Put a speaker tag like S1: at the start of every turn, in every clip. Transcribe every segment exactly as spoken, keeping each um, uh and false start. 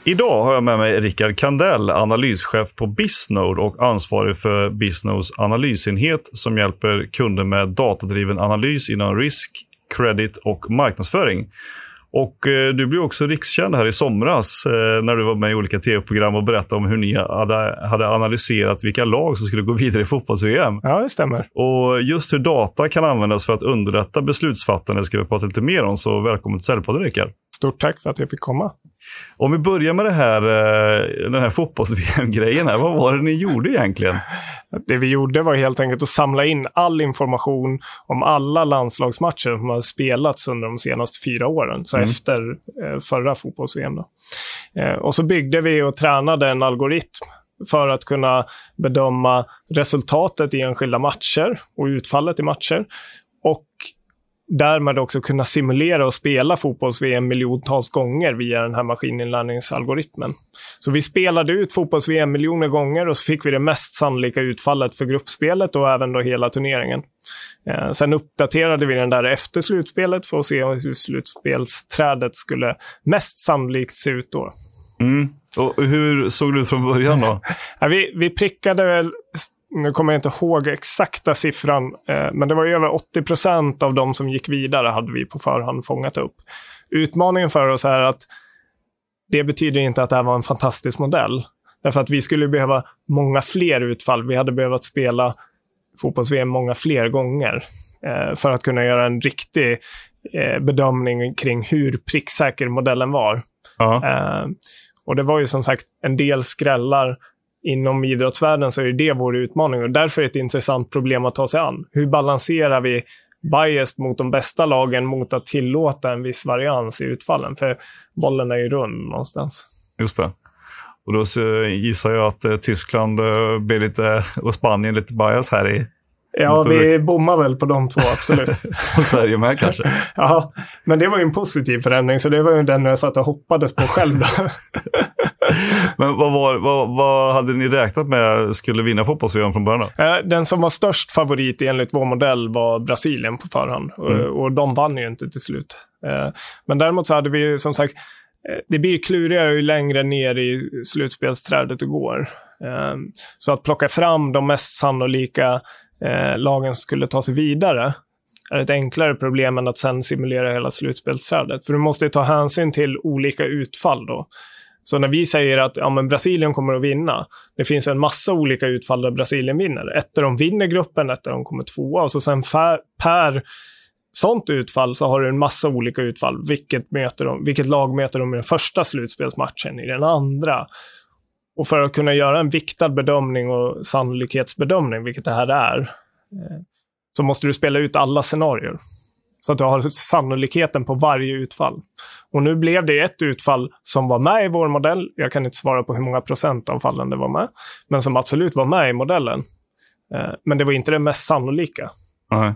S1: Idag har jag med mig Rickard Kandell, analyschef på Bisnode och ansvarig för Bisnodes analysenhet som hjälper kunder med datadriven analys inom risk, credit och marknadsföring. Och eh, du blev också rikskänd här i somras eh, när du var med i olika tv-program och berättade om hur ni hade, hade analyserat vilka lag som skulle gå vidare i fotbolls-V M.
S2: Ja, det stämmer.
S1: Och just hur data kan användas för att underlätta beslutsfattande ska vi prata lite mer om, så välkommen till Säljpodden, Rickard.
S2: Stort tack för att jag fick komma.
S1: Om vi börjar med det här, den här fotbolls-V M-grejen här, vad var det ni gjorde egentligen?
S2: Det vi gjorde var helt enkelt att samla in all information om alla landslagsmatcher som har spelats under de senaste fyra åren. Så mm. efter förra fotbolls-V M då. Och så byggde vi och tränade en algoritm för att kunna bedöma resultatet i enskilda matcher och utfallet i matcher. Och därmed också kunna simulera och spela fotbolls-V M miljontals gånger via den här maskininlärningsalgoritmen. Så vi spelade ut fotbolls-V M miljoner gånger och så fick vi det mest sannolika utfallet för gruppspelet och även då hela turneringen. Eh, sen uppdaterade vi den där efter slutspelet för att se hur slutspelsträdet skulle mest sannolikt se ut då.
S1: Mm. Och hur såg det ut från början då?
S2: ja, vi, vi prickade väl... Nu kommer jag inte ihåg exakta siffran, eh, men det var ju över åttio procent av de som gick vidare hade vi på förhand fångat upp. Utmaningen för oss är att det betyder inte att det här var en fantastisk modell. Därför att vi skulle behöva många fler utfall. Vi hade behövt spela fotbolls-V M många fler gånger eh, för att kunna göra en riktig eh, bedömning kring hur pricksäker modellen var. Uh-huh. Eh, och det var ju som sagt en del skrällar. Inom idrottsvärlden så är det vår utmaning och därför är det ett intressant problem att ta sig an. Hur balanserar vi bias mot de bästa lagen mot att tillåta en viss varians i utfallen? För bollen är ju rund någonstans. Just det.
S1: Och då så gissar jag att eh, Tyskland eh, blir lite, och Spanien lite bias här i...
S2: Ja, vi bommar väl på de två, absolut.
S1: Och Sverige med kanske.
S2: Ja, men det var ju en positiv förändring så det var ju den jag satt och hoppades på själv då.
S1: Men vad, var, vad, vad hade ni räknat med skulle vinna fotbolls-V M från början då?
S2: Den som var störst favorit enligt vår modell var Brasilien på förhand. Mm. Och, och de vann ju inte till slut. Men däremot så hade vi som sagt, det blir klurigare ju längre ner i slutspelsträdet det går. Så att plocka fram de mest sannolika lagen som skulle ta sig vidare är ett enklare problem än att sen simulera hela slutspelsträdet. För du måste ta hänsyn till olika utfall då. Så när vi säger att ja, men Brasilien kommer att vinna, det finns en massa olika utfall där Brasilien vinner. Ett där de vinner gruppen, ett där de kommer tvåa. Och så sen per, per sånt utfall så har du en massa olika utfall. Vilket, möter de, vilket lag möter de i den första slutspelsmatchen, i den andra. Och för att kunna göra en viktad bedömning och sannolikhetsbedömning, vilket det här är, så måste du spela ut alla scenarier. Så att du har sannolikheten på varje utfall. Och nu blev det ett utfall som var med i vår modell. Jag kan inte svara på hur många procent av fallen det var med. Men som absolut var med i modellen. Men det var inte det mest sannolika.
S1: Nej.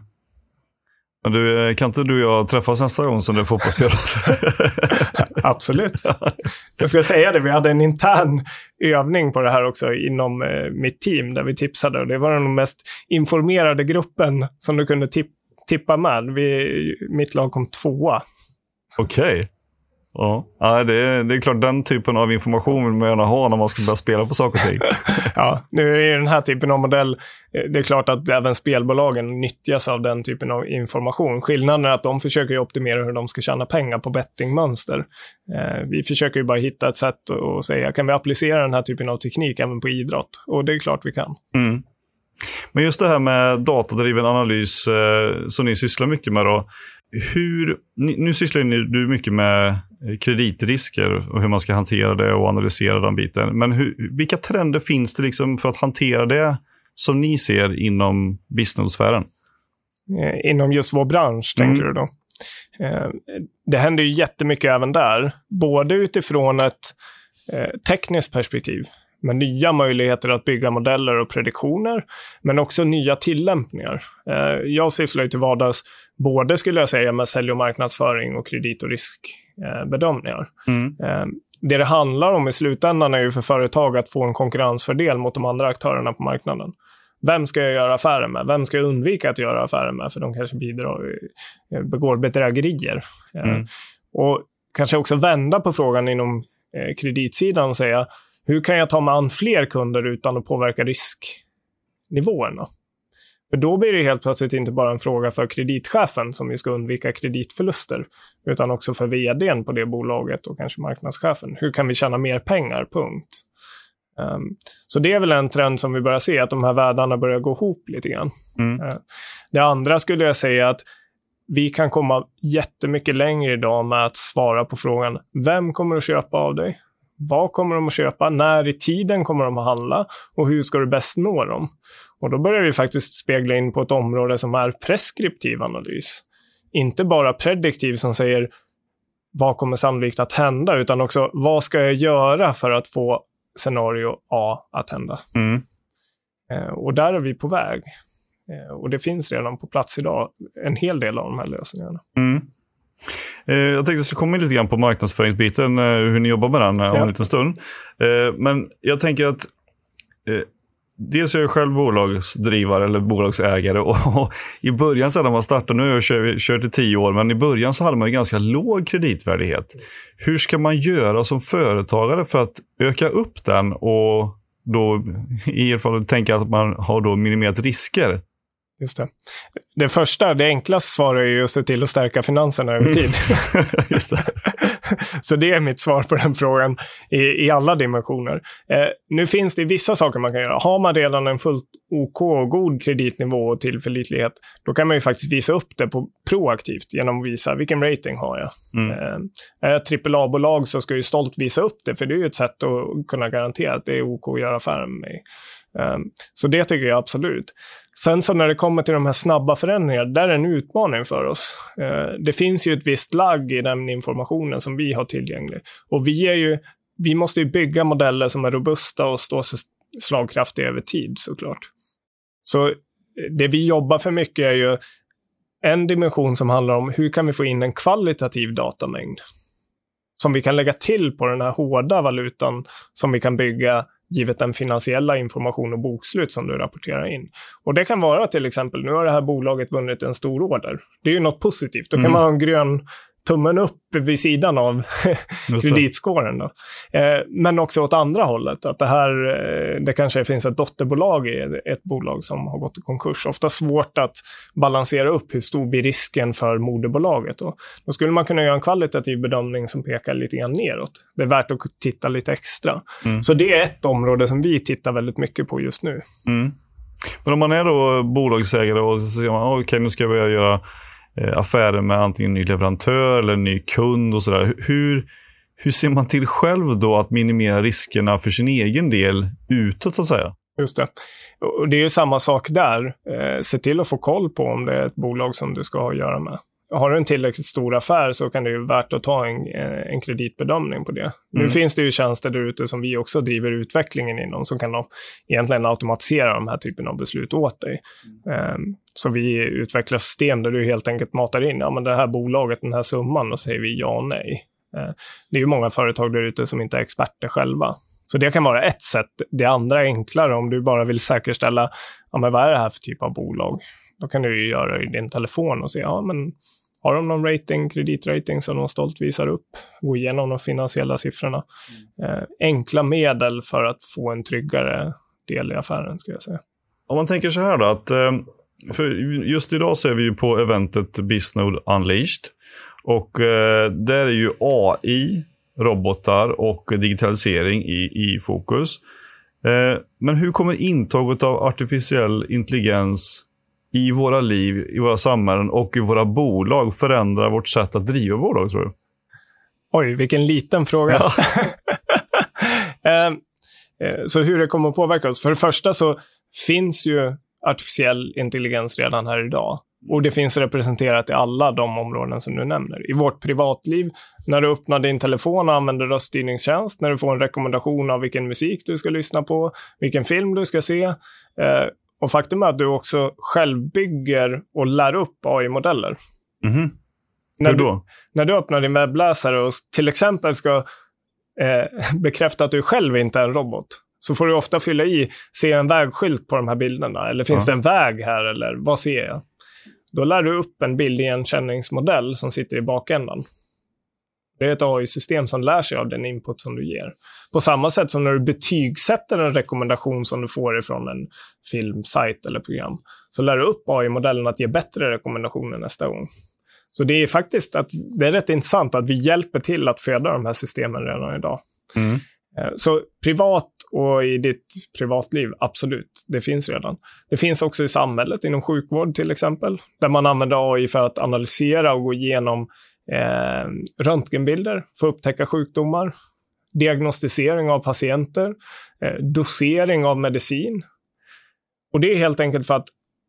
S1: Men du, kan inte du och jag träffas nästa gång som det är fotbollsspelare?
S2: Absolut. Jag ska säga det, vi hade en intern övning på det här också inom eh, mitt team där vi tipsade. Och det var den mest informerade gruppen som du kunde tipp- tippa med. Vi, mitt lag kom tvåa.
S1: Okej. Okay. Ja, ja det, är, det är klart den typen av information vill man gärna ha när man ska börja spela på saker och ting.
S2: Ja, nu är den här typen av modell, det är klart att även spelbolagen nyttjas av den typen av information. Skillnaden är att de försöker optimera hur de ska tjäna pengar på bettingmönster. Eh, vi försöker ju bara hitta ett sätt att säga, kan vi applicera den här typen av teknik även på idrott? Och det är klart vi kan.
S1: Mm. Men just det här med datadriven analys eh, som ni sysslar mycket med då. Hur, nu sysslar ni, du mycket med kreditrisker och hur man ska hantera det och analysera den biten. Men hur, vilka trender finns det liksom för att hantera det som ni ser inom business-sfären?
S2: Eh, inom just vår bransch, mm. tänker du då? Eh, det händer ju jättemycket även där. Både utifrån ett eh, tekniskt perspektiv med nya möjligheter att bygga modeller och prediktioner, men också nya tillämpningar. Eh, jag sysslar ju till vardags både, skulle jag säga, med sälj- och marknadsföring och kredit- och riskbedömningar. Mm. Eh, det det handlar om i slutändan är ju för företag att få en konkurrensfördel mot de andra aktörerna på marknaden. Vem ska jag göra affärer med? Vem ska jag undvika att göra affärer med? För de kanske bidrar, begår bedrägerier. Mm. Eh, och kanske också vända på frågan inom eh, kreditsidan och säga hur kan jag ta mig an fler kunder utan att påverka risknivåerna? För då blir det helt plötsligt inte bara en fråga för kreditchefen som vi ska undvika kreditförluster, utan också för vdn på det bolaget och kanske marknadschefen. Hur kan vi tjäna mer pengar? Punkt. Um, så det är väl en trend som vi börjar se, att de här världarna börjar gå ihop lite grann. Mm. Uh, det andra skulle jag säga att vi kan komma jättemycket längre idag med att svara på frågan, vem kommer att köpa av dig? Vad kommer de att köpa? När i tiden kommer de att handla? Och hur ska du bäst nå dem? Och då börjar vi faktiskt spegla in på ett område som är preskriptiv analys. Inte bara prediktiv som säger vad kommer sannolikt att hända, utan också vad ska jag göra för att få scenario A att hända. Mm. Eh, och där är vi på väg. Eh, och det finns redan på plats idag en hel del av de här lösningarna. Mm.
S1: Eh, jag tänkte att jag skulle komma in lite grann på marknadsföringsbiten, eh, hur ni jobbar med den eh, om ja. en liten stund. Eh, men jag tänker att eh, dels är jag själv bolagsdrivare eller bolagsägare och, och i början sedan när man startade, nu har jag kört, kört i tio år, men i början så hade man ju ganska låg kreditvärdighet. Hur ska man göra som företagare för att öka upp den och då i alla fall tänka att man har då minimerat risker?
S2: Just det. Det första, det enklaste svaret är ju att se till att stärka finanserna över tid.
S1: Just det.
S2: Så det är mitt svar på den frågan i, i alla dimensioner. Eh, nu finns det vissa saker man kan göra. Har man redan en fullt OK och god kreditnivå och tillförlitlighet, då kan man ju faktiskt visa upp det på proaktivt genom att visa vilken rating har jag. Mm. Eh, är jag ett trippel A-bolag så ska jag ju stolt visa upp det, för det är ju ett sätt att kunna garantera att det är OK att göra affärer med mig. Um, så det tycker jag absolut. Sen så när det kommer till de här snabba förändringarna, där är en utmaning för oss. Uh, det finns ju ett visst lag i den informationen som vi har tillgänglig. Och vi, är ju, vi måste ju bygga modeller som är robusta och står slagkraftiga över tid, såklart. Så det vi jobbar för mycket är ju en dimension som handlar om hur kan vi få in en kvalitativ datamängd som vi kan lägga till på den här hårda valutan som vi kan bygga givet den finansiella information och bokslut som du rapporterar in. Och det kan vara till exempel, nu har det här bolaget vunnit en stor order. Det är ju något positivt. Då kan mm. man ha en grön tummen upp vid sidan av kreditskåren då. Eh, men också åt andra hållet. Att det här, eh, det kanske finns ett dotterbolag i ett bolag som har gått i konkurs. Ofta svårt att balansera upp hur stor blir risken för moderbolaget. Då, då skulle man kunna göra en kvalitativ bedömning som pekar lite grann neråt. Det är värt att titta lite extra. Mm. Så det är ett område som vi tittar väldigt mycket på just nu.
S1: Mm. Men om man är då bolagsägare och så säger man, okej, okay, nu ska vi göra affärer med antingen ny leverantör eller ny kund och sådär. Hur, hur ser man till själv då att minimera riskerna för sin egen del utåt så att säga?
S2: Just det. Och det är ju samma sak där. Eh, se till att få koll på om det är ett bolag som du ska ha att göra med. Har du en tillräckligt stor affär så kan det ju värt att ta en, en kreditbedömning på det. Mm. Nu finns det ju tjänster där ute som vi också driver utvecklingen inom som kan egentligen automatisera de här typen av beslut åt dig. Mm. Um, så vi utvecklar system där du helt enkelt matar in ja, men det här bolaget, den här summan, och säger vi ja och nej. Uh, det är ju många företag där ute som inte är experter själva. Så det kan vara ett sätt. Det andra är enklare om du bara vill säkerställa ja, men vad är det här för typ av bolag. Då kan du ju göra det i din telefon och säga ja men har de någon rating, kreditrating som de stolt visar upp? Gå igenom de finansiella siffrorna. Mm. Eh, enkla medel för att få en tryggare del i affären, skulle jag säga.
S1: Om man tänker så här då, att för just idag så är vi ju på eventet Bisnode Unleashed. Och eh, där är ju A I, robotar och digitalisering i, i fokus. Eh, men hur kommer intaget av artificiell intelligens i våra liv, i våra samhällen och i våra bolag förändra vårt sätt att driva bolag, tror du?
S2: Oj, vilken liten fråga. Ja. Så hur det kommer att påverka oss? För det första så finns ju artificiell intelligens redan här idag. Och det finns representerat i alla de områden som du nämner. I vårt privatliv, när du öppnar din telefon och använder röststyrningstjänst, när du får en rekommendation av vilken musik du ska lyssna på, vilken film du ska se. Och faktum är att du också själv bygger och lär upp A I-modeller. Mm-hmm. När, du, när du öppnar din webbläsare och till exempel ska eh, bekräfta att du själv inte är en robot, så får du ofta fylla i, se en vägskylt på de här bilderna, eller finns ja. det en väg här, eller vad ser jag? Då lär du upp en bildigenkänningsmodell som sitter i bakändan. Det är ett A I-system som lär sig av den input som du ger. På samma sätt som när du betygsätter en rekommendation som du får ifrån en film, sajt eller program, så lär du upp A I-modellen att ge bättre rekommendationer nästa gång. Så det är faktiskt att, det är rätt intressant att vi hjälper till att föda de här systemen redan idag.
S1: Mm.
S2: Så privat och i ditt privatliv, absolut, det finns redan. Det finns också i samhället, inom sjukvård till exempel, där man använder A I för att analysera och gå igenom eh, röntgenbilder för att upptäcka sjukdomar, diagnostisering av patienter, eh, dosering av medicin. Och det är helt enkelt för att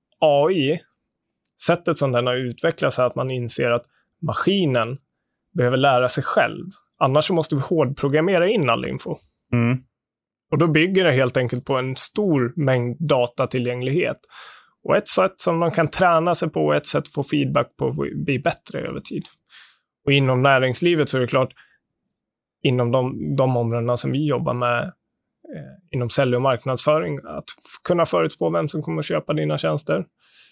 S2: A I, sättet som den har utvecklats är att man inser att maskinen behöver lära sig själv. Annars så måste vi hårdprogrammera in all info.
S1: Mm.
S2: Och då bygger det helt enkelt på en stor mängd datatillgänglighet. Och ett sätt som man kan träna sig på och ett sätt att få feedback på blir bättre över tid. Och inom näringslivet så är det klart, inom de, de områdena som vi jobbar med, eh, inom sälj och marknadsföring, att kunna förutspå vem som kommer att köpa dina tjänster.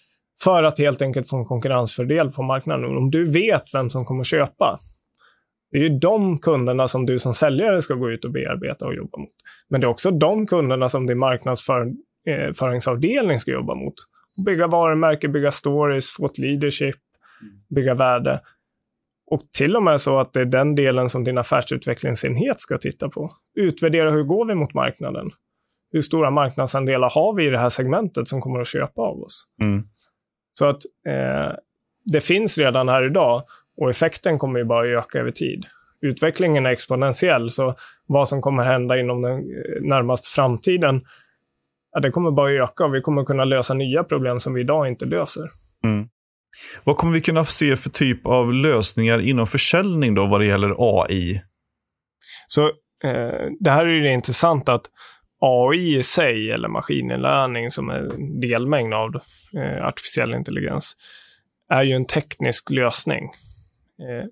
S2: För att helt enkelt få en konkurrensfördel på marknaden. Om du vet vem som kommer att köpa, det är ju de kunderna som du som säljare ska gå ut och bearbeta och jobba mot. Men det är också de kunderna som din marknadsföringsavdelning ska jobba mot. Bygga varumärken, bygga stories, få ett leadership, bygga värde. Och till och med så att det är den delen som din affärsutvecklingsenhet ska titta på. Utvärdera hur går vi mot marknaden. Hur stora marknadsandelar har vi i det här segmentet som kommer att köpa av oss.
S1: Mm.
S2: Så att eh, det finns redan här idag. Och effekten kommer ju bara öka över tid. Utvecklingen är exponentiell, så vad som kommer hända inom den närmaste framtiden, ja, det kommer bara öka och vi kommer kunna lösa nya problem som vi idag inte löser.
S1: Mm. Vad kommer vi kunna se för typ av lösningar inom försäljning då vad det gäller A I?
S2: Så eh, det här är ju det intressanta att A I i sig, eller maskininlärning som är en delmängd av eh, artificiell intelligens, är ju en teknisk lösning. Eh,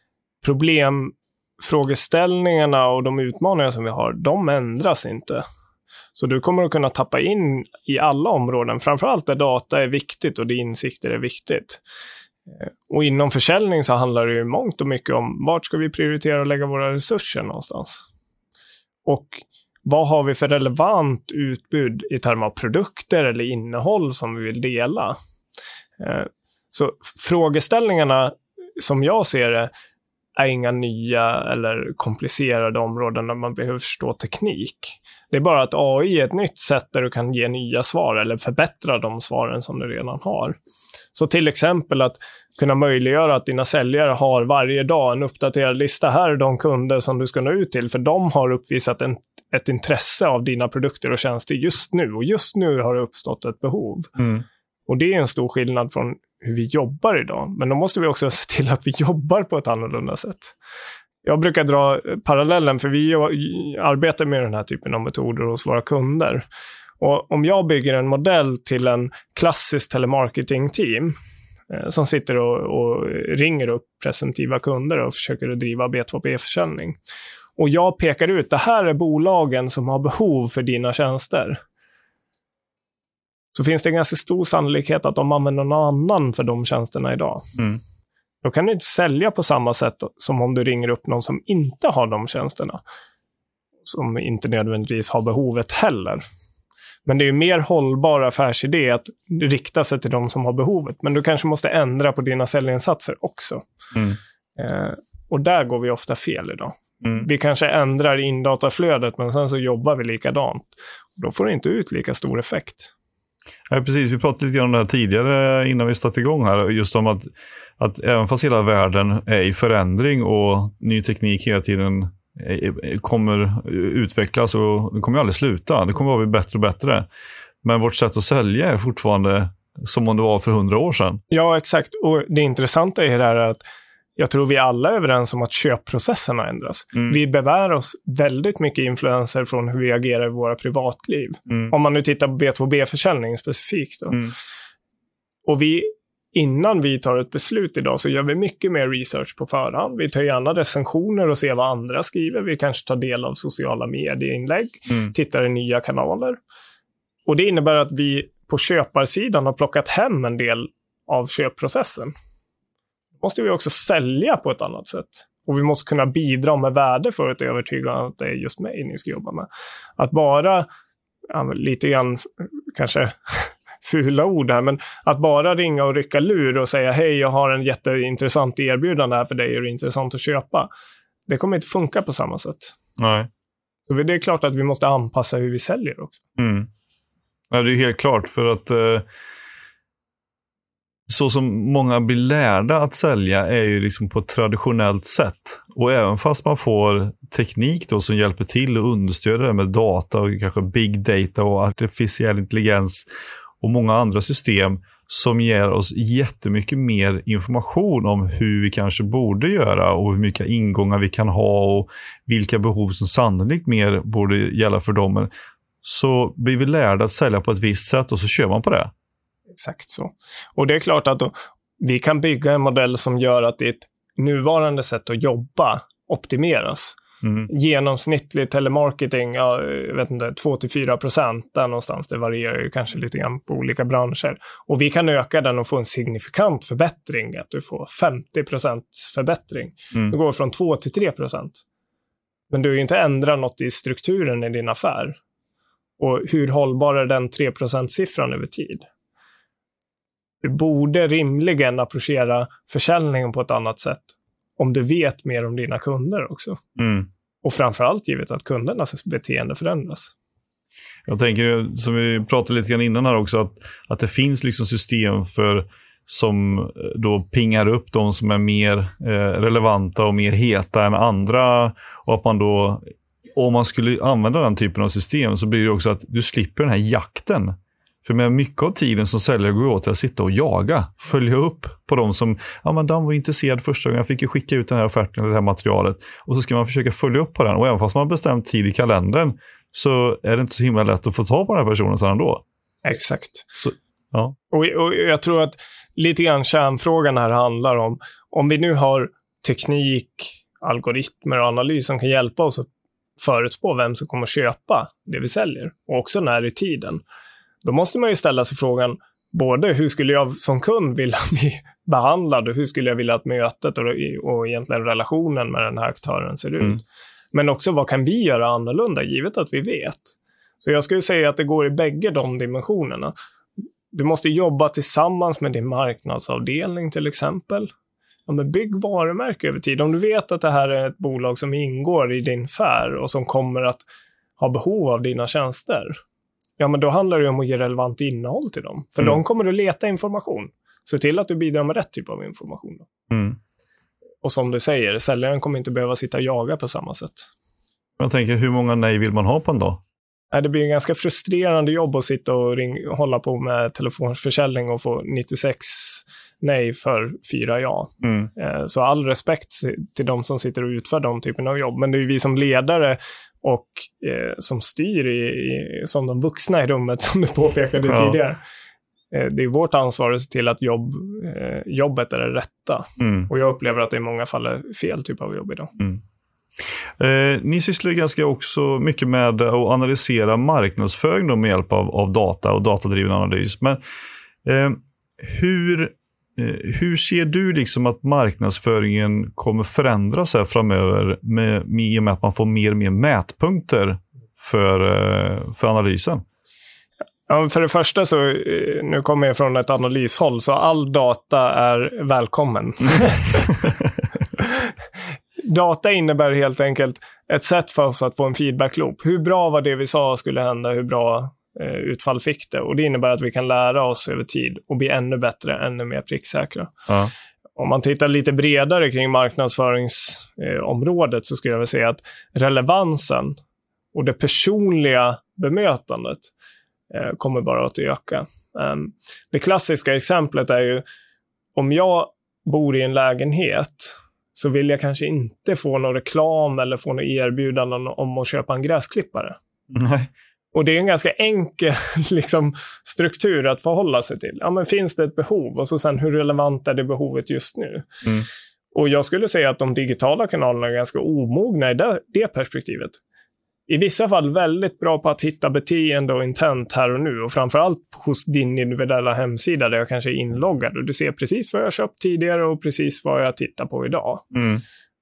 S2: problemfrågeställningarna och de utmaningar som vi har, de ändras inte. Så du kommer att kunna tappa in i alla områden, framförallt där data är viktigt och där insikter är viktigt. Eh, och inom försäljning så handlar det ju mångt och mycket om vart ska vi prioritera och lägga våra resurser någonstans. Och vad har vi för relevant utbud i termer av produkter eller innehåll som vi vill dela? Eh, så frågeställningarna som jag ser det är inga nya eller komplicerade områden där man behöver förstå teknik. Det är bara att A I är ett nytt sätt där du kan ge nya svar eller förbättra de svaren som du redan har. Så till exempel att kunna möjliggöra att dina säljare har varje dag en uppdaterad lista. Här är de kunder som du ska nå ut till, för de har uppvisat en, ett intresse av dina produkter och tjänster just nu. Och just nu har det uppstått ett behov. Mm. Och det är en stor skillnad från hur vi jobbar idag. Men då måste vi också se till att vi jobbar på ett annorlunda sätt. Jag brukar dra parallellen, för vi arbetar med den här typen av metoder hos våra kunder. Och om jag bygger en modell till en klassisk telemarketing-team eh, som sitter och, och ringer upp presumtiva kunder och försöker att driva B två B-försäljning. Och jag pekar ut, det här är bolagen som har behov för dina tjänster. Så finns det en ganska stor sannolikhet att de använder någon annan för de tjänsterna idag. Mm. Då kan du inte sälja på samma sätt som om du ringer upp någon som inte har de tjänsterna. Som inte nödvändigtvis har behovet heller. Men det är ju mer hållbar affärsidé att rikta sig till de som har behovet. Men du kanske måste ändra på dina säljinsatser också. Mm. Eh, och där går vi ofta fel idag. Mm. Vi kanske ändrar in dataflödet, men sen så jobbar vi likadant. Då får det inte ut lika stor effekt.
S1: Ja, precis. Vi pratade lite om det här tidigare innan vi startade igång här. Just om att, att även fast hela världen är i förändring och ny teknik hela tiden kommer utvecklas, och det kommer ju aldrig sluta. Det kommer att bli bättre och bättre. Men vårt sätt att sälja är fortfarande som om det var för hundra år sedan. Ja, exakt. Och det intressanta är det här att jag tror vi alla är överens om att köpprocesserna ändras. Mm. Vi bevär oss väldigt mycket influenser från hur vi agerar i våra privatliv. Mm. Om man nu tittar på B två B-försäljning specifikt. Då. Mm. Och vi, innan vi tar ett beslut idag så gör vi mycket mer research på förhand. Vi tar gärna recensioner och ser vad andra skriver. Vi kanske tar del av sociala medieinlägg. Mm. Tittar i nya kanaler. Och det innebär att vi på köparsidan har plockat hem en del av köpprocessen. Måste vi också sälja på ett annat sätt.
S2: Och vi måste kunna bidra med värde för att övertyga att det är just mig ni ska jobba med. Att bara, ja, lite grann kanske fula ord här, men att bara ringa och rycka lur och säga hej, jag har en jätteintressant erbjudande här för dig, är det intressant att köpa? Det kommer inte funka på samma sätt.
S1: Nej.
S2: Så det är klart att vi måste anpassa hur vi säljer också.
S1: Mm. Ja, det är helt klart, för att eh, så som många blir lärda att sälja är ju liksom på ett traditionellt sätt. Och även fast man får teknik då som hjälper till att understödja det med data och kanske big data och artificiell intelligens och många andra system som ger oss jättemycket mer information om hur vi kanske borde göra och hur mycket ingångar vi kan ha och vilka behov som sannolikt mer borde gälla för dem. Så blir vi lärda att sälja på ett visst sätt och så kör man på det.
S2: Exakt så. Och det är klart att då, vi kan bygga en modell som gör att ditt nuvarande sätt att jobba optimeras. Mm. Genomsnittlig telemarketing, ja, jag vet inte, två till fyra procent där någonstans. Det varierar ju kanske lite grann på olika branscher. Och vi kan öka den och få en signifikant förbättring. Att du får femtio procent förbättring. Mm. Du går från två till tre procent. Men du har ju inte ändrat något i strukturen i din affär. Och hur hållbar är den tre procent-siffran över tid? Du borde rimligen approchera försäljningen på ett annat sätt om du vet mer om dina kunder också. Mm. Och framförallt givet att kundernas beteende förändras.
S1: Jag tänker, som vi pratade lite grann innan här också, att, att det finns liksom system för som då pingar upp de som är mer eh, relevanta och mer heta än andra, och att man då, om man skulle använda den typen av system, så blir det också att du slipper den här jakten. För med mycket av tiden som säljare går åt till att sitta och jaga, följa upp på de som, ja men den var intresserad första gången, jag fick ju skicka ut den här offerten eller det här materialet, och så ska man försöka följa upp på den, och även fast man har bestämt tid i kalendern så är det inte så himla lätt att få ta på den här personen sedan då.
S2: Exakt.
S1: Så, ja.
S2: och, och jag tror att lite grann kärnfrågan här handlar om, om vi nu har teknik, algoritmer och analys som kan hjälpa oss att förutspå vem som kommer att köpa det vi säljer, och också när i tiden. Då måste man ju ställa sig frågan, både hur skulle jag som kund vilja bli behandlad och hur skulle jag vilja att mötet och, och egentligen relationen med den här aktören ser ut. Mm. Men också vad kan vi göra annorlunda givet att vi vet. Så jag skulle säga att det går i bägge de dimensionerna. Du måste jobba tillsammans med din marknadsavdelning till exempel. Ja, men bygg varumärke över tid. Om du vet att det här är ett bolag som ingår i din affär och som kommer att ha behov av dina tjänster, ja, men då handlar det om att ge relevant innehåll till dem. För mm. de kommer att leta information. Se till att du bidrar med rätt typ av information. Då. Mm. Och som du säger, säljaren kommer inte behöva sitta och jaga på samma sätt.
S1: Jag tänker, hur många nej vill man ha på en dag?
S2: Det blir en ganska frustrerande jobb att sitta och ring, hålla på med telefonförsäljning och få nittiosex nej för fyra ja. Mm. Så all respekt till de som sitter och utför de typen av jobb. Men det är vi som ledare och eh, som styr i, i, som de vuxna i rummet, som du påpekade ja. tidigare. Eh, det är vårt ansvar att se till att jobb, eh, jobbet är det rätta. Mm. Och jag upplever att det i många fall är fel typ av jobb idag.
S1: Mm. Eh, ni sysslar ganska också mycket med att analysera marknadsföring då med hjälp av, av data och datadriven analys. Men eh, hur, eh, hur ser du liksom att marknadsföringen kommer förändras här framöver med, med, i och med att man får mer och mer mätpunkter för, eh, för analysen?
S2: Ja, för det första så, nu kommer jag från ett analyshåll, så all data är välkommen. Data innebär helt enkelt ett sätt för oss att få en feedback-loop. Hur bra var det vi sa skulle hända? Hur bra eh, utfall fick det? Och det innebär att vi kan lära oss över tid och bli ännu bättre, ännu mer pricksäkra. Ja. Om man tittar lite bredare kring marknadsföringsområdet eh, så skulle jag vilja säga att relevansen och det personliga bemötandet eh, kommer bara att öka. Um, det klassiska exemplet är ju, om jag bor i en lägenhet så vill jag kanske inte få någon reklam eller få någon erbjudanden om att köpa en gräsklippare. Nej. Och det är en ganska enkel liksom, struktur att förhålla sig till. Ja, men finns det ett behov? Och så sen, hur relevant är det behovet just nu? Mm. Och jag skulle säga att de digitala kanalerna är ganska omogna i det, det perspektivet. I vissa fall väldigt bra på att hitta beteende och intent här och nu. Och framförallt hos din individuella hemsida där jag kanske är inloggad. Och du ser precis vad jag har köpt tidigare och precis vad jag tittar på idag. Mm.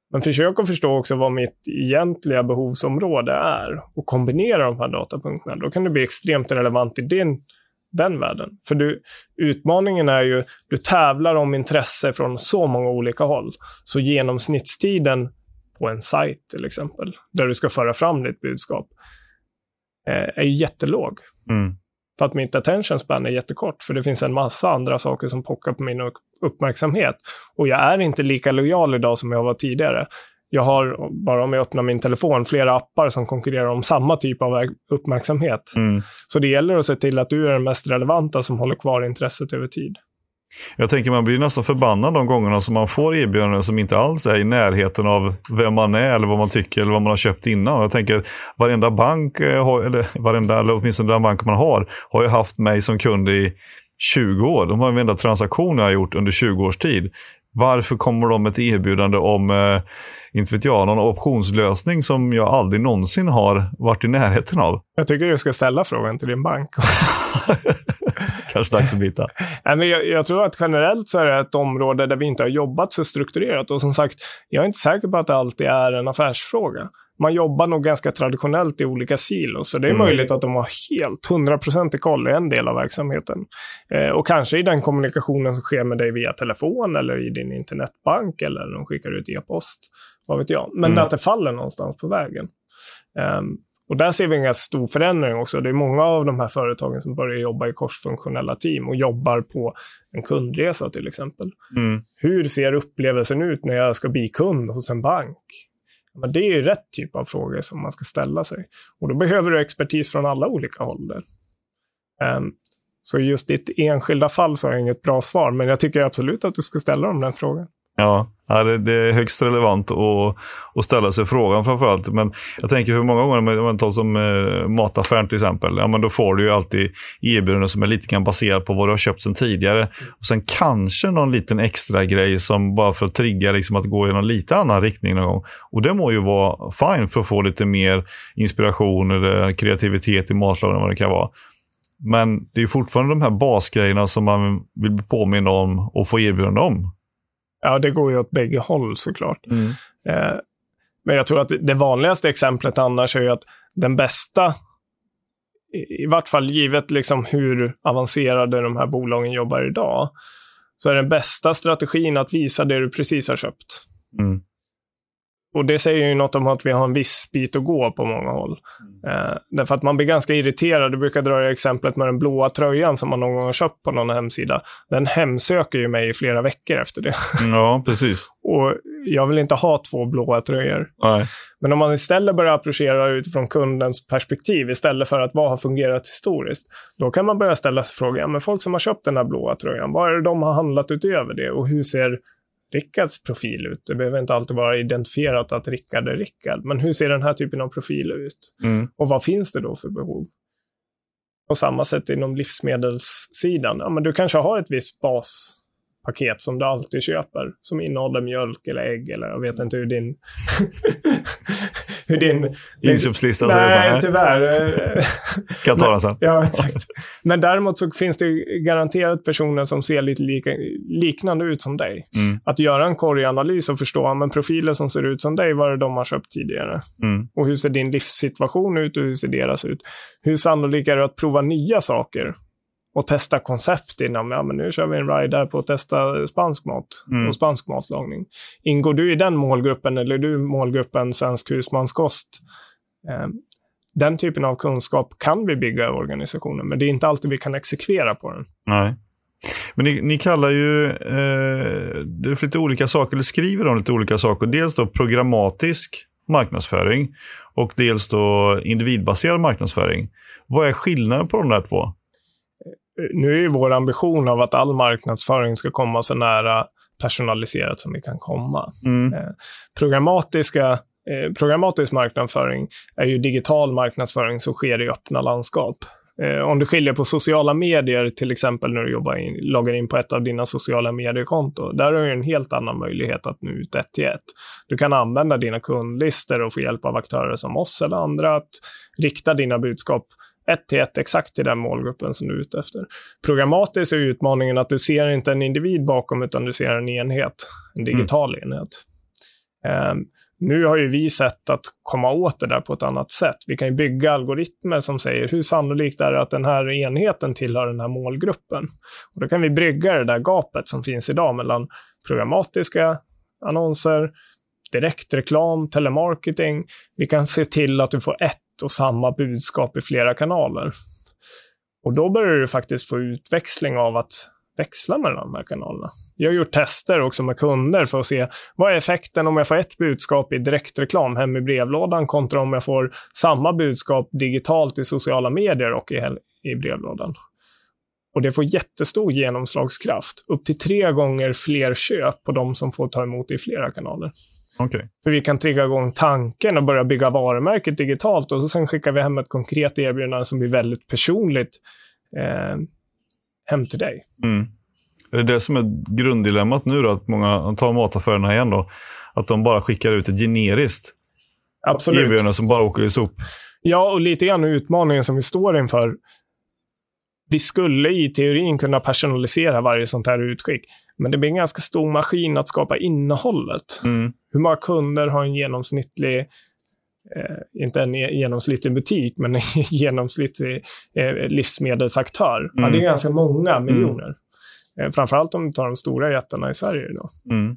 S2: Men försök att förstå också vad mitt egentliga behovsområde är och kombinera de här datapunkterna. Då kan det bli extremt relevant i din, den världen. För du, utmaningen är ju, du tävlar om intresse från så många olika håll. Så genomsnittstiden på en sajt till exempel, där du ska föra fram ditt budskap, eh, är jättelåg.
S1: Mm.
S2: För att mitt attention span är jättekort. För det finns en massa andra saker som pockar på min uppmärksamhet. Och jag är inte lika lojal idag som jag var tidigare. Jag har, bara om jag öppnar min telefon, flera appar som konkurrerar om samma typ av uppmärksamhet.
S1: Mm.
S2: Så det gäller att se till att du är den mest relevanta som håller kvar intresset över tid.
S1: Jag tänker man blir nästan förbannad de gångerna som man får erbjudanden som inte alls är i närheten av vem man är eller vad man tycker eller vad man har köpt innan. Jag tänker varenda bank, eller varenda, eller åtminstone den bank man har, har ju haft mig som kund i tjugo år. De har en enda transaktion jag har gjort under tjugo års tid. Varför kommer de med ett erbjudande om, eh, inte vet jag, någon optionslösning som jag aldrig någonsin har varit i närheten av?
S2: Jag tycker du ska ställa frågan till din bank.
S1: Kanske dags att byta.
S2: Nej, men jag, jag tror att generellt så är det ett område där vi inte har jobbat så strukturerat. Och som sagt, jag är inte säker på att det alltid är en affärsfråga. Man jobbar nog ganska traditionellt i olika silos. Så det är mm. möjligt att de har helt hundra procent i koll i en del av verksamheten. Eh, och kanske i den kommunikationen som sker med dig via telefon eller i din internetbank eller de skickar ut e-post. Vad vet jag. Men mm. att det faller någonstans på vägen. Um, och där ser vi en ganska stor förändring också. Det är många av de här företagen som börjar jobba i korsfunktionella team och jobbar på en kundresa till exempel. Mm. Hur ser upplevelsen ut när jag ska bli kund hos en bank? Men det är ju rätt typ av frågor som man ska ställa sig. Och då behöver du expertis från alla olika håll där. Um, så just ditt enskilda fall så har jag inget bra svar. Men jag tycker absolut att du ska ställa dem den frågan.
S1: Ja, det, det är högst relevant att, att ställa sig frågan framförallt. Men jag tänker hur många gånger, om man tar som eh, mataffären till exempel, ja, men då får du ju alltid erbjudanden som är lite grann baserat på vad du har köpt sedan tidigare. Och sen kanske någon liten extra grej som bara för att trigga liksom, att gå i någon lite annan riktning någon gång. Och det må ju vara fine för att få lite mer inspiration eller kreativitet i matlagning än vad det kan vara. Men det är fortfarande de här basgrejerna som man vill bli påminna om och få erbjudande om.
S2: Ja, det går ju åt bägge håll såklart. Mm. Eh, men jag tror att det vanligaste exemplet annars är ju att den bästa, i, i vart fall givet liksom hur avancerade de här bolagen jobbar idag, så är den bästa strategin att visa det du precis har köpt. Mm. Och det säger ju något om att vi har en viss bit att gå på många håll. Eh, därför att man blir ganska irriterad. Du brukar dra exemplet med den blåa tröjan som man någon gång har köpt på någon hemsida. Den hemsöker ju mig i flera veckor efter det.
S1: Ja, precis.
S2: Och jag vill inte ha två blåa tröjor. Nej. Men om man istället börjar approchera utifrån kundens perspektiv istället för att vad har fungerat historiskt, då kan man börja ställa sig frågan, ja, men folk som har köpt den här blåa tröjan, vad är det de har handlat utöver det och hur ser Rickards profil ut? Det behöver inte alltid vara identifierat att Rickard är Rickard, men hur ser den här typen av profil ut? Mm. Och vad finns det då för behov? På samma sätt inom livsmedelssidan. Ja, men du kanske har ett visst baspaket som du alltid köper, som innehåller mjölk eller ägg, eller jag vet inte hur din hur din
S1: inköpslista
S2: ser ut. Nej, tyvärr.
S1: Kan ta den sen.
S2: Ja, exakt. Men däremot så finns det garanterat personer som ser lite lika, liknande ut som dig. Mm. Att göra en korganalys och förstå, men profiler som ser ut som dig, vad är det de har köpt tidigare? Mm. Och hur ser din livssituation ut och hur ser deras ut? Hur sannolikt är det att prova nya saker? Och testa koncept inom, ja men nu kör vi en ride där på att testa spansk mat mm. och spansk matlagning. Ingår du i den målgruppen eller är du målgruppen svensk husmanskost? Eh, den typen av kunskap kan vi bygga i organisationen, men det är inte alltid vi kan exekvera på den.
S1: Nej. Men ni, ni kallar ju eh, det är lite olika saker, eller skriver om lite olika saker. Dels då programmatisk marknadsföring och dels då individbaserad marknadsföring. Vad är skillnaden på de där två?
S2: Nu är ju vår ambition av att all marknadsföring ska komma så nära personaliserat som vi kan komma. Mm. Eh, programmatiska, eh, programmatisk marknadsföring är ju digital marknadsföring som sker i öppna landskap. Eh, om du skiljer på sociala medier, till exempel när du jobbar in, loggar in på ett av dina sociala mediekonton, där har du en helt annan möjlighet att nå ut ett till ett. Du kan använda dina kundlistor och få hjälp av aktörer som oss eller andra att rikta dina budskap ett till ett exakt till den målgruppen som du är ute efter. Programmatiskt är utmaningen att du ser inte en individ bakom utan du ser en enhet, en digital mm. enhet. Eh, nu har ju vi sett att komma åt det där på ett annat sätt. Vi kan ju bygga algoritmer som säger hur sannolikt är det att den här enheten tillhör den här målgruppen. Och då kan vi brygga det där gapet som finns idag mellan programmatiska annonser, direktreklam, telemarketing. Vi kan se till att du får ett och samma budskap i flera kanaler. Och då börjar du faktiskt få utväxling av att växla mellan de här kanalerna. Jag har gjort tester också med kunder för att se vad är effekten om jag får ett budskap i direktreklam hem i brevlådan kontra om jag får samma budskap digitalt i sociala medier och i, i brevlådan. Och det får jättestor genomslagskraft. Upp till tre gånger fler köp på de som får ta emot i flera kanaler.
S1: Okay.
S2: För vi kan trigga igång tanken och börja bygga varumärket digitalt och så sen skickar vi hem ett konkret erbjudande som blir väldigt personligt eh, hem till dig.
S1: Mm. Är det det som är grunddilemmat nu då? Att många tar mataffärerna igen då? Att de bara skickar ut ett generiskt
S2: Absolut.
S1: erbjudande som bara åker i sop?
S2: Ja, och lite grann utmaningen som vi står inför. Vi skulle i teorin kunna personalisera varje sånt här utskick. Men det blir en ganska stor maskin att skapa innehållet. Mm. Hur många kunder har en genomsnittlig, eh, inte en genomsnittlig butik, men en genomsnittlig eh, livsmedelsaktör? Mm. Ja, det är ganska många miljoner. Mm. Eh, framförallt om du tar de stora jättarna i Sverige idag. Mm.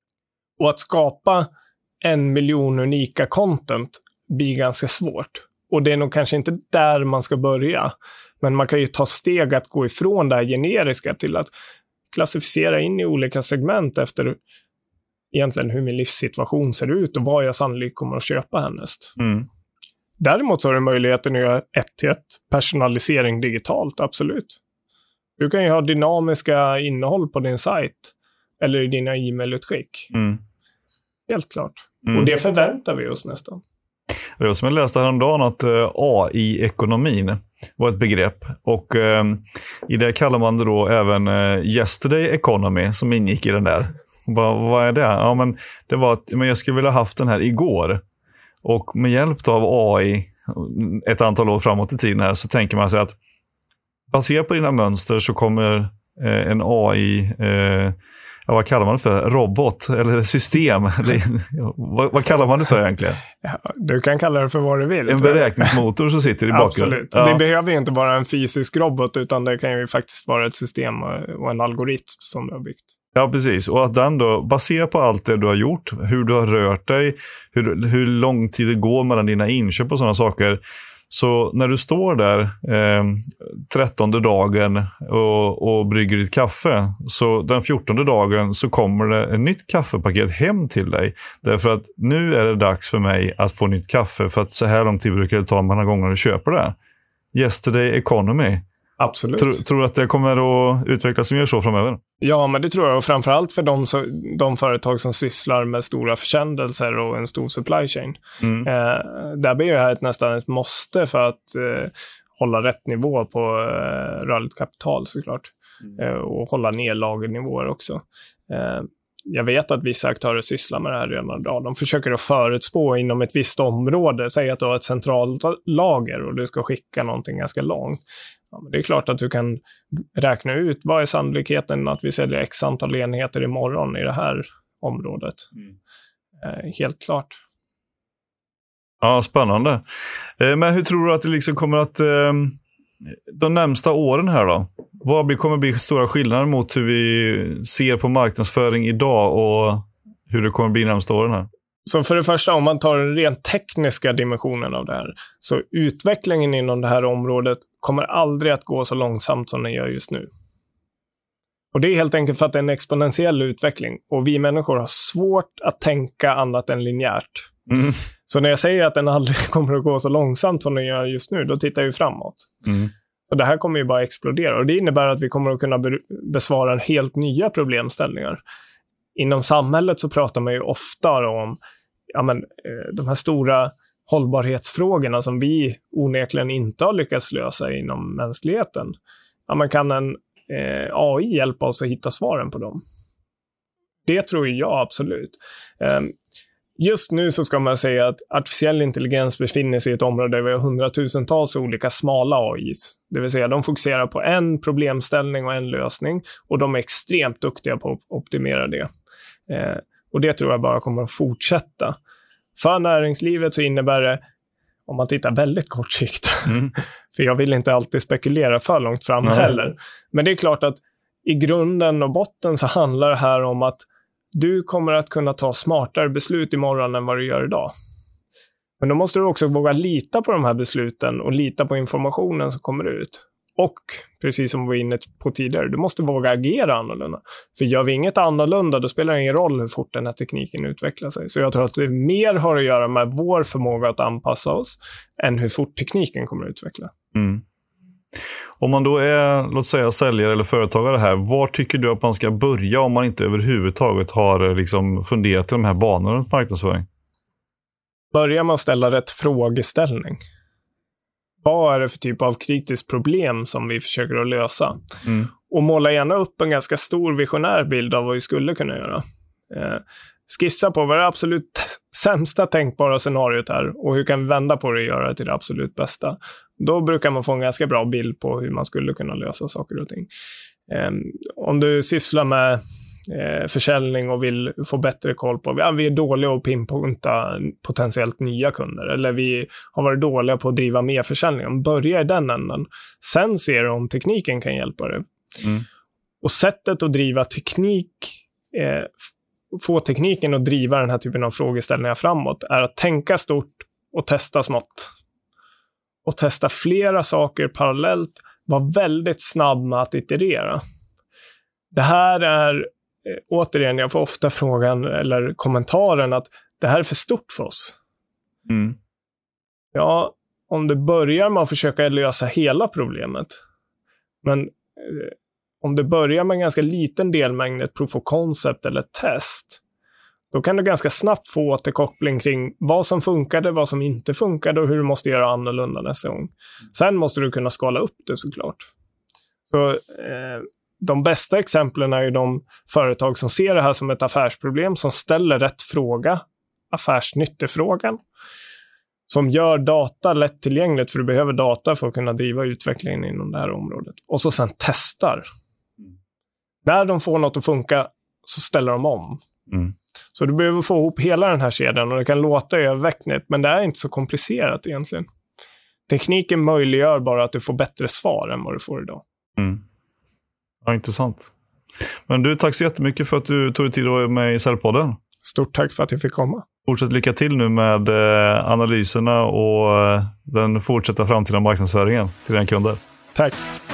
S2: Och att skapa en miljon unika content blir ganska svårt. Och det är nog kanske inte där man ska börja. Men man kan ju ta steg att gå ifrån det här generiska till att klassificera in i olika segment efter egentligen hur min livssituation ser ut och vad jag sannolikt kommer att köpa härnäst. Mm. Däremot så har du möjligheten att göra ett till ett personalisering digitalt, absolut. Du kan ju ha dynamiska innehåll på din sajt eller i dina e-mailutskick. Mm. Helt klart. Mm. Och det förväntar vi oss nästan.
S1: Det var som jag läste häromdagen att uh, A I-ekonomin var ett begrepp. Och uh, i det kallar man det då även uh, yesterday economy som ingick i den där. Vad, vad är det? Ja, men det var att men jag skulle vilja haft den här igår. Och med hjälp av A I ett antal år framåt i tiden här så tänker man sig att baserat på dina mönster så kommer uh, en A I... Uh, Ja, vad kallar man det för? Robot eller system? vad, vad kallar man det för egentligen?
S2: Ja, du kan kalla det för vad du vill.
S1: En beräkningsmotor som sitter i bakgrunden.
S2: Absolut. Ja. Det behöver ju inte vara en fysisk robot utan det kan ju faktiskt vara ett system och en algoritm som du har byggt.
S1: Ja, precis. Och att den då, baserat på allt det du har gjort, hur du har rört dig, hur, hur lång tid det går mellan dina inköp och sådana saker. Så när du står där eh, trettonde dagen och, och brygger ditt kaffe, så den fjortonde dagen så kommer det ett nytt kaffepaket hem till dig. Därför att nu är det dags för mig att få nytt kaffe för att så här lång tid brukar det ta många gånger du köper det. Yesterday economy.
S2: Absolut.
S1: Tror, tror du att det kommer att utvecklas mer så framöver?
S2: Ja, men det tror jag. Och framförallt för de, de företag som sysslar med stora försändelser och en stor supply chain. Mm. Eh, där blir det här ett, nästan ett måste för att eh, hålla rätt nivå på eh, rörligt kapital såklart. Mm. Eh, och hålla ner lagernivåer också. Eh, jag vet att vissa aktörer sysslar med det här redan idag. De försöker att förutspå inom ett visst område. Säg att du har ett centralt lager och du ska skicka någonting ganska långt. Ja, men det är klart att du kan räkna ut vad är sannolikheten att vi säljer x antal enheter imorgon i det här området. Mm. Eh, helt klart.
S1: Ja, spännande. Eh, men hur tror du att det liksom kommer att eh, de närmsta åren här då? Vad blir, kommer bli stora skillnader mot hur vi ser på marknadsföring idag och hur det kommer bli närmsta åren här?
S2: Så för det första, om man tar den rent tekniska dimensionen av det här, så utvecklingen inom det här området kommer aldrig att gå så långsamt som den gör just nu. Och det är helt enkelt för att det är en exponentiell utveckling och vi människor har svårt att tänka annat än linjärt. Mm. Så när jag säger att den aldrig kommer att gå så långsamt som den gör just nu, då tittar vi framåt. Mm. Så det här kommer ju bara explodera och det innebär att vi kommer att kunna be- besvara helt nya problemställningar. Inom samhället så pratar man ju ofta om ja men, de här stora hållbarhetsfrågorna som vi onekligen inte har lyckats lösa inom mänskligheten. Ja, man kan en eh, A I hjälpa oss att hitta svaren på dem? Det tror jag absolut. Eh, just nu så ska man säga att artificiell intelligens befinner sig i ett område där vi har hundratusentals olika smala A Is. Det vill säga de fokuserar på en problemställning och en lösning och de är extremt duktiga på att optimera det. Eh, Och det tror jag bara kommer att fortsätta. För näringslivet så innebär det, om man tittar väldigt kort sikt, mm. för jag vill inte alltid spekulera för långt fram Nej. heller. Men det är klart att i grunden och botten så handlar det här om att du kommer att kunna ta smartare beslut imorgon än vad du gör idag. Men då måste du också våga lita på de här besluten och lita på informationen som kommer ut. Och precis som vi var inne på tidigare, du måste våga agera annorlunda. För gör vi inget annorlunda, då spelar det ingen roll hur fort den här tekniken utvecklar sig. Så jag tror att det mer har att göra med vår förmåga att anpassa oss än hur fort tekniken kommer att utveckla.
S1: Mm. Om man då är, låt säga, säljare eller företagare här, var tycker du att man ska börja om man inte överhuvudtaget har liksom funderat i de här banorna på marknadsföring?
S2: Börja med att ställa rätt frågeställning. Vad är det för typ av kritiskt problem som vi försöker att lösa? Mm. Och måla gärna upp en ganska stor visionär bild av vad vi skulle kunna göra. Eh, skissa på vad det absolut sämsta tänkbara scenariot är och hur kan vi vända på det och göra det till det absolut bästa. Då brukar man få en ganska bra bild på hur man skulle kunna lösa saker och ting. Eh, om du sysslar med eh, försäljning och vill få bättre koll på, ja, vi är dåliga att pinpointa potentiellt nya kunder, eller vi har varit dåliga på att driva mer försäljning. Börja i den änden. Sen ser du om tekniken kan hjälpa dig. Mm. Och sättet att driva teknik, eh, få tekniken att driva den här typen av frågeställningar framåt är att tänka stort och testa smått. Och testa flera saker parallellt. Var väldigt snabb med att iterera. Det här är, eh, återigen, jag får ofta frågan eller kommentaren att det här är för stort för oss. Mm. Ja, om du börjar med att försöka lösa hela problemet, men eh, om du börjar med en ganska liten delmängd, ett proof of concept eller ett test, då kan du ganska snabbt få återkoppling kring vad som funkade, vad som inte funkade och hur du måste göra annorlunda nästa gång. Sen måste du kunna skala upp det såklart. Så eh, de bästa exemplen är ju de företag som ser det här som ett affärsproblem, som ställer rätt fråga, affärsnyttefrågan, som gör data lättillgängligt, för du behöver data för att kunna driva utvecklingen inom det här området. Och så sen testar. När de får något att funka så ställer de om. Mm. Så du behöver få ihop hela den här kedjan, och det kan låta överväckligt, men det är inte så komplicerat egentligen. Tekniken möjliggör bara att du får bättre svar än vad du får idag. Mm.
S1: Ja, intressant. Men du, tack så jättemycket för att du tog dig tid att vara med i Säljpodden.
S2: Stort tack för att jag fick komma.
S1: Fortsätt lycka till nu med eh, analyserna och eh, den fortsatta framtida marknadsföringen till dina kunder.
S2: Tack.